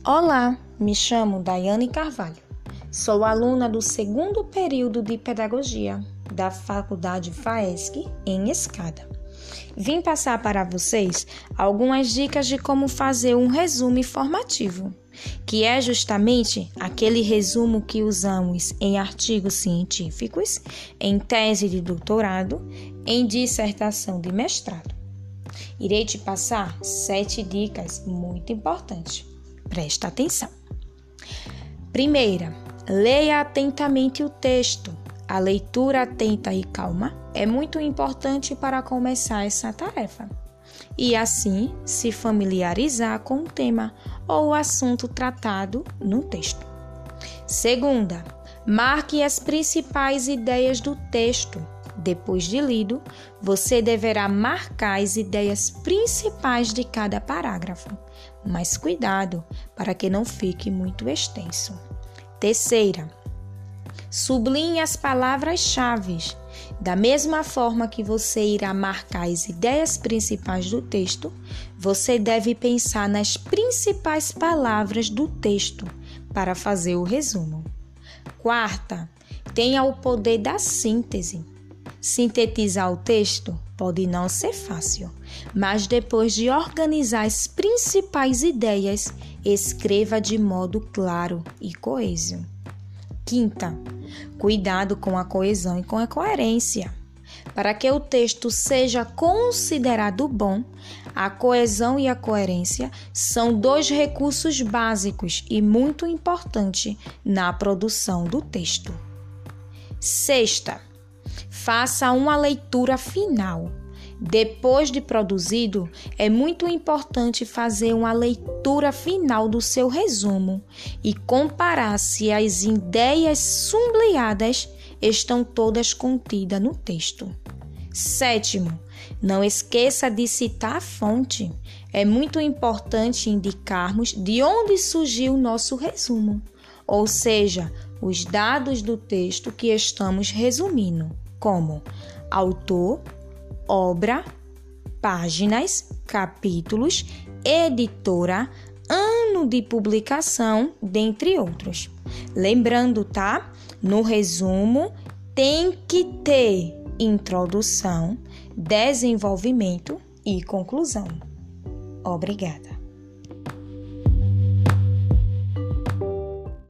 Olá, me chamo Daiane Carvalho. Sou aluna do segundo período de Pedagogia da Faculdade FAESC em Escada. Vim passar para vocês algumas dicas de como fazer um resumo informativo, que é justamente aquele resumo que usamos em artigos científicos, em tese de doutorado, em dissertação de mestrado. Irei te passar 7 dicas muito importantes. Presta atenção. Primeira, leia atentamente o texto. A leitura atenta e calma é muito importante para começar essa tarefa e assim se familiarizar com o tema ou o assunto tratado no texto. Segunda, marque as principais ideias do texto. Depois de lido, você deverá marcar as ideias principais de cada parágrafo, mas cuidado para que não fique muito extenso. Terceira, sublinhe as palavras-chave. Da mesma forma que você irá marcar as ideias principais do texto, você deve pensar nas principais palavras do texto para fazer o resumo. Quarta, tenha o poder da síntese. Sintetizar o texto pode não ser fácil, mas depois de organizar as principais ideias, escreva de modo claro e coeso. Quinta, cuidado com a coesão e com a coerência. Para que o texto seja considerado bom, a coesão e a coerência são 2 recursos básicos e muito importantes na produção do texto. Sexta, faça uma leitura final. Depois de produzido, é muito importante fazer uma leitura final do seu resumo e comparar se as ideias sublinhadas estão todas contidas no texto. Sétimo, não esqueça de citar a fonte. É muito importante indicarmos de onde surgiu o nosso resumo, ou seja, os dados do texto que estamos resumindo, como autor, obra, páginas, capítulos, editora, ano de publicação, dentre outros. Lembrando, tá? No resumo tem que ter introdução, desenvolvimento e conclusão. Obrigada.